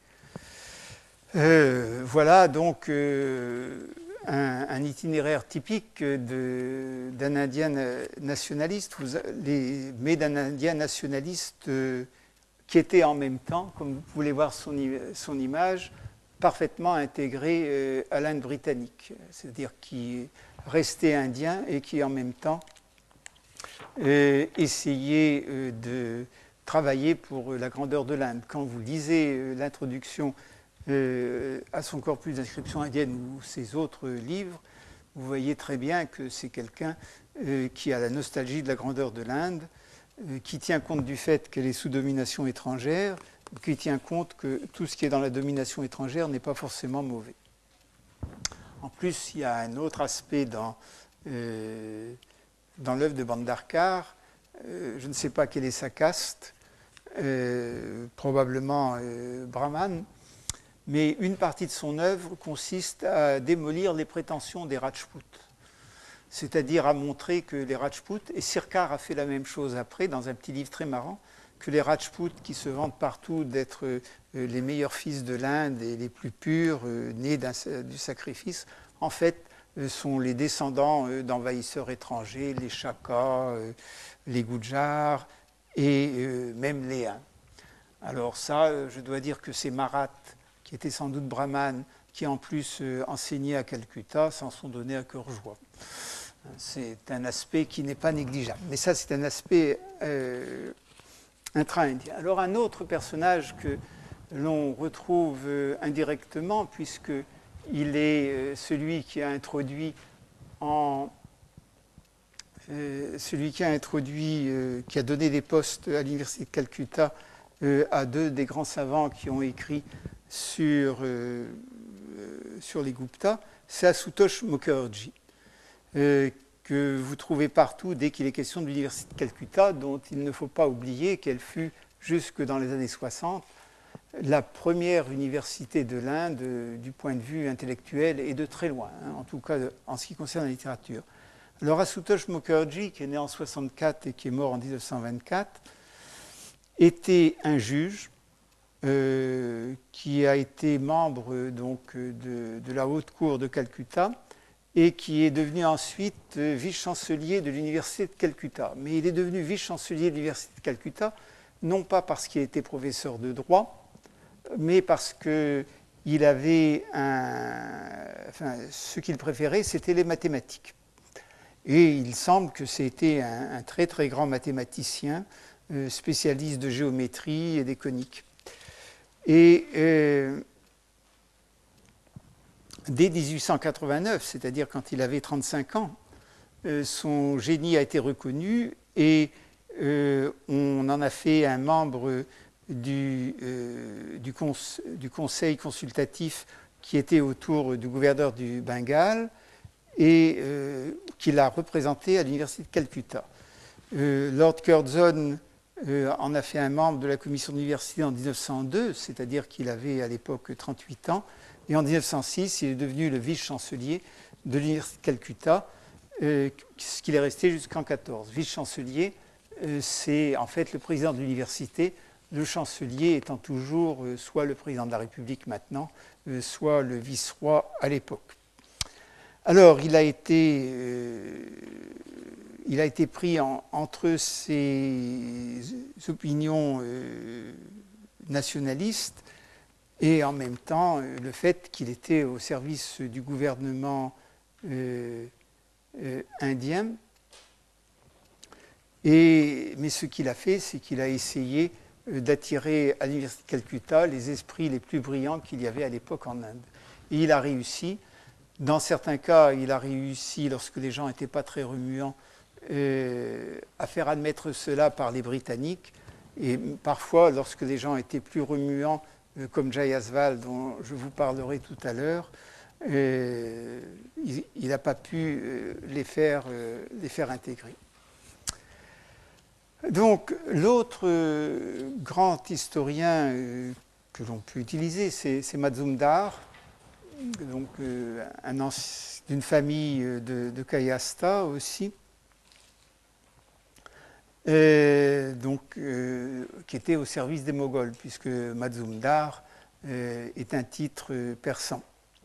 Voilà donc un itinéraire typique d'un Indien nationaliste, mais d'un Indien nationaliste qui était en même temps, comme vous pouvez voir son image, parfaitement intégré à l'Inde britannique, c'est-à-dire qui restait indien et qui en même temps essayait de travailler pour la grandeur de l'Inde. Quand vous lisez l'introduction à son corpus d'inscription indienne ou ses autres livres, vous voyez très bien que c'est quelqu'un qui a la nostalgie de la grandeur de l'Inde, qui tient compte du fait qu'elle est sous domination étrangère, qui tient compte que tout ce qui est dans la domination étrangère n'est pas forcément mauvais. En plus, il y a un autre aspect dans l'œuvre de Bhandarkar. Je ne sais pas quelle est sa caste, probablement brahmane, mais une partie de son œuvre consiste à démolir les prétentions des Rajputs, c'est-à-dire à montrer que les Rajputs, et Sircar a fait la même chose après dans un petit livre très marrant, que les Rajputs qui se vantent partout d'être les meilleurs fils de l'Inde et les plus purs, nés du sacrifice, en fait sont les descendants d'envahisseurs étrangers, les Chakas, les Gujars et même les Huns. Alors ça, je dois dire que ces Maraths, qui étaient sans doute brahmanes, qui en plus enseignaient à Calcutta, s'en sont donnés à cœur joie. C'est un aspect qui n'est pas négligeable. Mais ça, c'est un aspect intra-indien. Alors un autre personnage que l'on retrouve indirectement, puisqu'il est celui qui a introduit qui a donné des postes à l'université de Calcutta à deux des grands savants qui ont écrit sur les Gupta, c'est Asutosh Mukherjee, que vous trouvez partout dès qu'il est question de l'université de Calcutta, dont il ne faut pas oublier qu'elle fut, jusque dans les années 60, la première université de l'Inde du point de vue intellectuel et de très loin, en tout cas en ce qui concerne la littérature. Alors Asutosh Mukherjee, qui est né en 1964 et qui est mort en 1924, était un juge qui a été membre donc, de la haute cour de Calcutta et qui est devenu ensuite vice-chancelier de l'université de Calcutta. Mais il est devenu vice-chancelier de l'université de Calcutta, non pas parce qu'il était professeur de droit, mais parce qu'il avait ce qu'il préférait, c'était les mathématiques. Et il semble que c'était un très très grand mathématicien, spécialiste de géométrie et des coniques. Et dès 1889, c'est-à-dire quand il avait 35 ans, son génie a été reconnu et on en a fait un membre du conseil consultatif qui était autour du gouverneur du Bengale et qui l'a représenté à l'université de Calcutta. Lord Curzon en a fait un membre de la commission d'université en 1902, c'est-à-dire qu'il avait à l'époque 38 ans, et en 1906, il est devenu le vice-chancelier de l'université de Calcutta, ce qu'il est resté jusqu'en 1914. Vice-chancelier, c'est en fait le président de l'université, le chancelier étant toujours soit le président de la République maintenant, soit le vice-roi à l'époque. Alors, il a été pris entre ses opinions nationalistes et en même temps le fait qu'il était au service du gouvernement indien. Mais ce qu'il a fait, c'est qu'il a essayé d'attirer à l'université de Calcutta les esprits les plus brillants qu'il y avait à l'époque en Inde. Et il a réussi. Dans certains cas, il a réussi, lorsque les gens n'étaient pas très remuants, à faire admettre cela par les Britanniques. Et parfois, lorsque les gens étaient plus remuants, comme Jayavarman, dont je vous parlerai tout à l'heure, il n'a pas pu les faire intégrer. Donc, l'autre grand historien que l'on peut utiliser, c'est Mazumdar, donc d'une famille de Kayasta aussi, qui était au service des Moghols, puisque Mazumdar est un titre persan.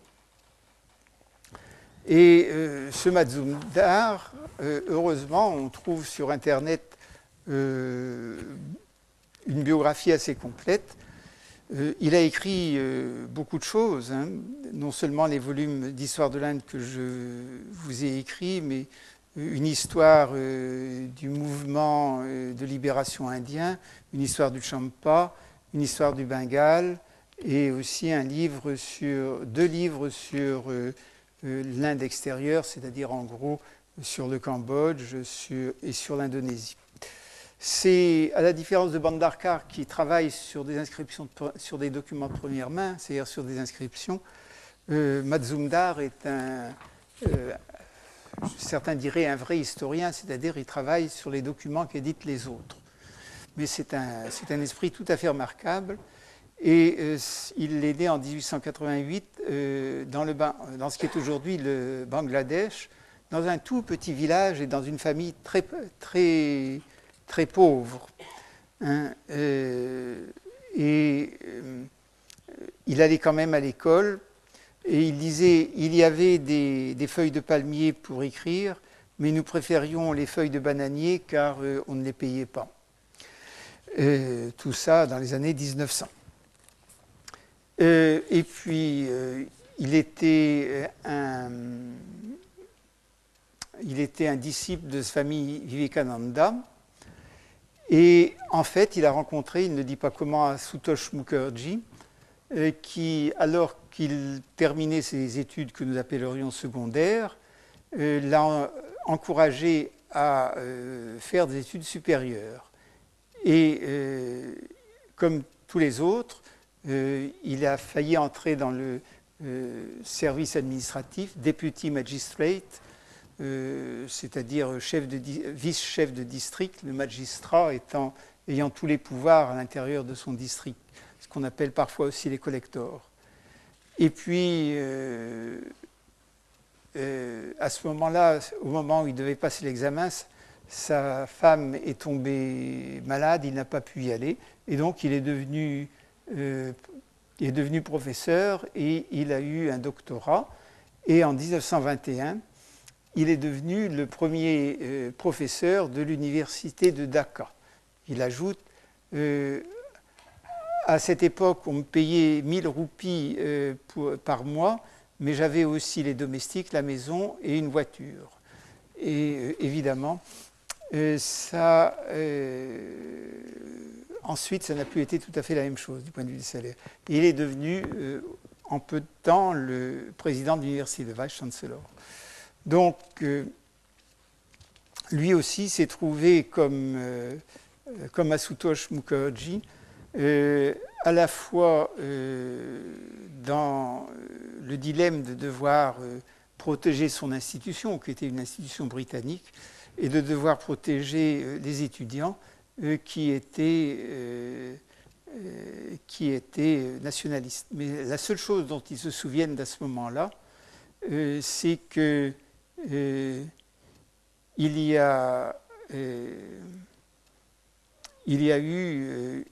Et ce Mazumdar, heureusement, on trouve sur Internet une biographie assez complète. Il a écrit beaucoup de choses, hein, non seulement les volumes d'histoire de l'Inde que je vous ai écrits, mais une histoire du mouvement de libération indien, une histoire du Champa, une histoire du Bengale, et aussi deux livres sur l'Inde extérieure, c'est-à-dire en gros sur le Cambodge et sur l'Indonésie. C'est, à la différence de Bhandarkar qui travaille sur des inscriptions, sur des documents de première main, c'est-à-dire sur des inscriptions, Mazumdar est certains diraient un vrai historien, c'est-à-dire il travaille sur les documents qu'éditent les autres. Mais c'est un esprit tout à fait remarquable. Et il est né en 1888 dans ce qui est aujourd'hui le Bangladesh, dans un tout petit village et dans une famille très, très, très pauvre. Hein, il allait quand même à l'école et il disait il y avait des feuilles de palmier pour écrire, mais nous préférions les feuilles de bananier car on ne les payait pas. Tout ça dans les années 1900. Et puis, il était un disciple de sa famille Vivekananda. Et en fait, il a rencontré, il ne dit pas comment, Asutosh Mukherjee, qui, alors qu'il terminait ses études que nous appellerions secondaires, l'a encouragé à faire des études supérieures. Et comme tous les autres, il a failli entrer dans le service administratif, deputy magistrate, c'est-à-dire vice-chef de district, le magistrat ayant tous les pouvoirs à l'intérieur de son district, ce qu'on appelle parfois aussi les collectors. Et puis, à ce moment-là, au moment où il devait passer l'examen, sa femme est tombée malade, il n'a pas pu y aller, et donc il est devenu professeur et il a eu un doctorat. Et en 1921, il est devenu le premier professeur de l'université de Dhaka. Il ajoute, à cette époque, on me payait 1000 roupies par mois, mais j'avais aussi les domestiques, la maison et une voiture. Et évidemment, ensuite, ça n'a plus été tout à fait la même chose du point de vue du salaire. Et il est devenu, en peu de temps, le président de l'université, le vice-chancellor. Donc, lui aussi s'est trouvé comme Asutosh Mukherjee, à la fois dans le dilemme de devoir protéger son institution, qui était une institution britannique, et de devoir protéger les étudiants qui étaient nationalistes. Mais la seule chose dont ils se souviennent à ce moment-là, c'est que il y a eu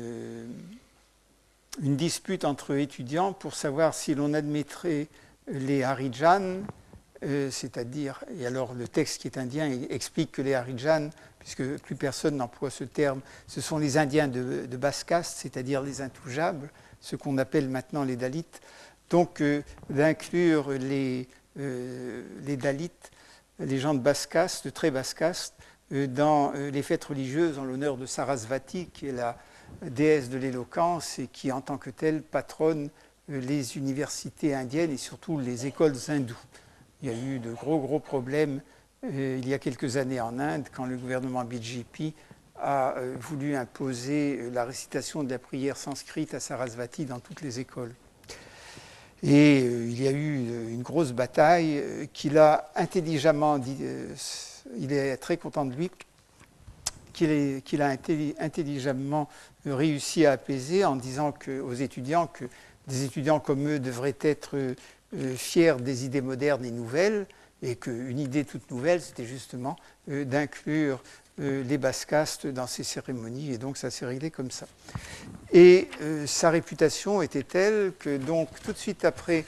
une dispute entre étudiants pour savoir si l'on admettrait les Harijans, c'est-à-dire, et alors le texte qui est indien explique que les Harijans, puisque plus personne n'emploie ce terme, ce sont les Indiens de basse caste, c'est-à-dire les intouchables, ce qu'on appelle maintenant les Dalits. Donc d'inclure les Dalits, les gens de basse caste, de très basse caste, dans les fêtes religieuses en l'honneur de Sarasvati, qui est la déesse de l'éloquence et qui, en tant que telle, patronne les universités indiennes et surtout les écoles hindoues. Il y a eu de gros problèmes il y a quelques années en Inde, quand le gouvernement BJP a voulu imposer la récitation de la prière sanscrite à Sarasvati dans toutes les écoles. Et il y a eu une grosse bataille qu'il a intelligemment dit, il est très content de lui, qu'il a intelligemment réussi à apaiser en disant aux étudiants que des étudiants comme eux devraient être fiers des idées modernes et nouvelles, et qu'une idée toute nouvelle, c'était justement d'inclure les basses castes dans ces cérémonies, et donc ça s'est réglé comme ça. Et sa réputation était telle que donc tout de suite après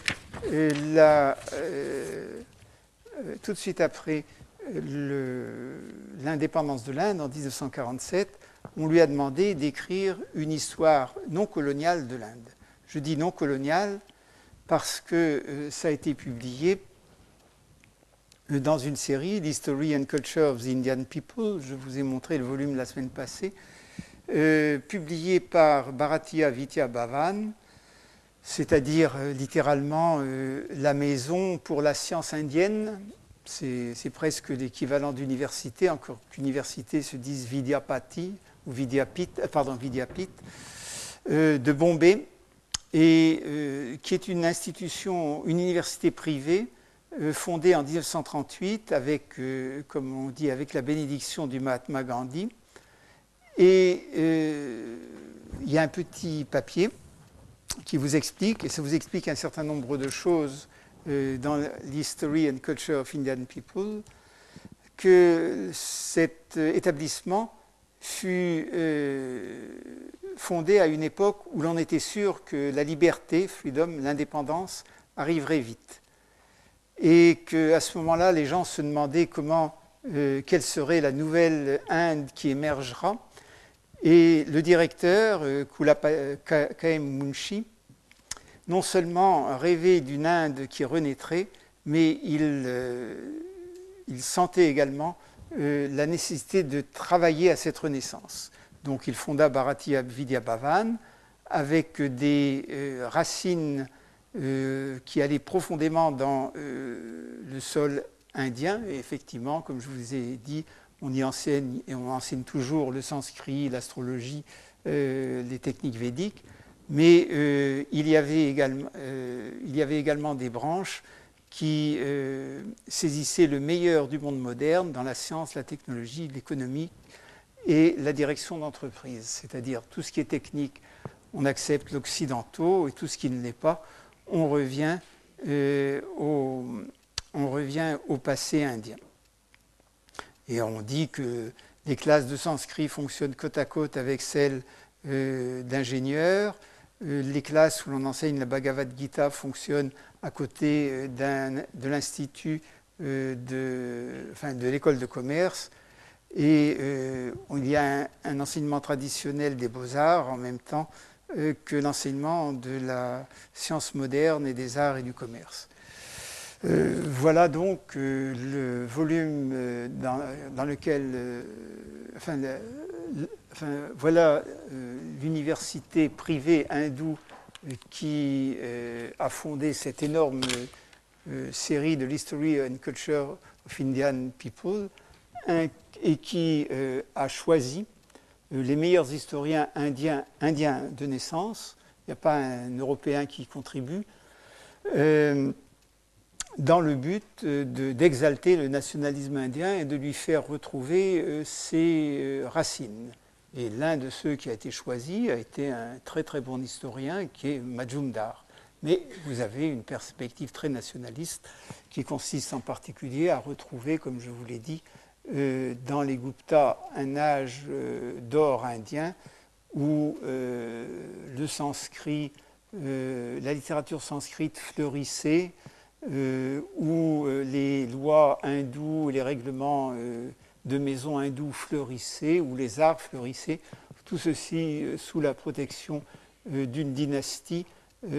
l'indépendance de l'Inde en 1947, on lui a demandé d'écrire une histoire non coloniale de l'Inde. Je dis non coloniale parce que ça a été publié dans une série, l'History and Culture of the Indian People, je vous ai montré le volume la semaine passée, publié par Bharatiya Vidya Bhavan, c'est-à-dire littéralement la maison pour la science indienne. C'est presque l'équivalent d'université, encore qu'université se dise Vidyapati, ou Vidyapit, de Bombay, et qui est une institution, une université privée, fondée en 1938 avec, comme on dit, avec la bénédiction du Mahatma Gandhi. Et il y a un petit papier qui vous explique, et ça vous explique un certain nombre de choses dans l'History and Culture of Indian People, que cet établissement fut fondé à une époque où l'on était sûr que la liberté, freedom, l'indépendance arriverait vite. Et qu'à ce moment-là, les gens se demandaient quelle serait la nouvelle Inde qui émergera. Et le directeur, K.M. Munshi, non seulement rêvait d'une Inde qui renaîtrait, mais il sentait également la nécessité de travailler à cette renaissance. Donc il fonda Bharatiya Vidya Bhavan avec des racines qui allaient profondément dans le sol indien. Et effectivement, comme je vous ai dit, on y enseigne, et on enseigne toujours le sanskrit, l'astrologie, les techniques védiques. Mais il y avait également des branches qui saisissaient le meilleur du monde moderne dans la science, la technologie, l'économie et la direction d'entreprise. C'est-à-dire tout ce qui est technique, on accepte l'occidentaux, et tout ce qui ne l'est pas, on revient au passé indien. Et on dit que les classes de sanskrit fonctionnent côte à côte avec celles d'ingénieurs. Les classes où l'on enseigne la Bhagavad Gita fonctionnent à côté de l'institut de l'école de commerce. Et il y a un enseignement traditionnel des beaux-arts en même temps que l'enseignement de la science moderne et des arts et du commerce. Voilà donc le volume dans lequel... voilà l'université privée hindoue qui a fondé cette énorme série de l'History and Culture of Indian People et qui a choisi les meilleurs historiens indiens de naissance. Il n'y a pas un Européen qui contribue. Dans le but d'exalter le nationalisme indien et de lui faire retrouver ses racines. Et l'un de ceux qui a été choisi a été un très très bon historien qui est Majumdar. Mais vous avez une perspective très nationaliste qui consiste en particulier à retrouver, comme je vous l'ai dit, dans les Guptas, un âge d'or indien où le sanskrit, la littérature sanskrite fleurissait, où les lois hindoues, les règlements de maisons hindous fleurissaient, où les arts fleurissaient, tout ceci sous la protection d'une dynastie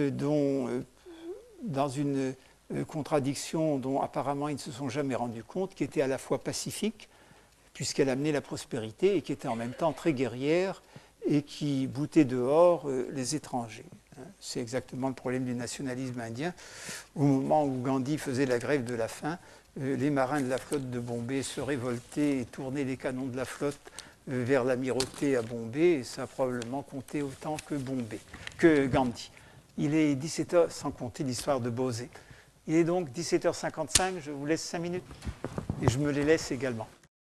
dans une contradiction dont apparemment ils ne se sont jamais rendus compte, qui était à la fois pacifique, puisqu'elle amenait la prospérité, et qui était en même temps très guerrière, et qui boutait dehors les étrangers. C'est exactement le problème du nationalisme indien. Au moment où Gandhi faisait la grève de la faim, les marins de la flotte de Bombay se révoltaient et tournaient les canons de la flotte vers l'amirauté à Bombay, et ça a probablement compté autant que Gandhi. Il est 17h, sans compter l'histoire de Bose. Il est donc 17h55, je vous laisse 5 minutes, et je me les laisse également.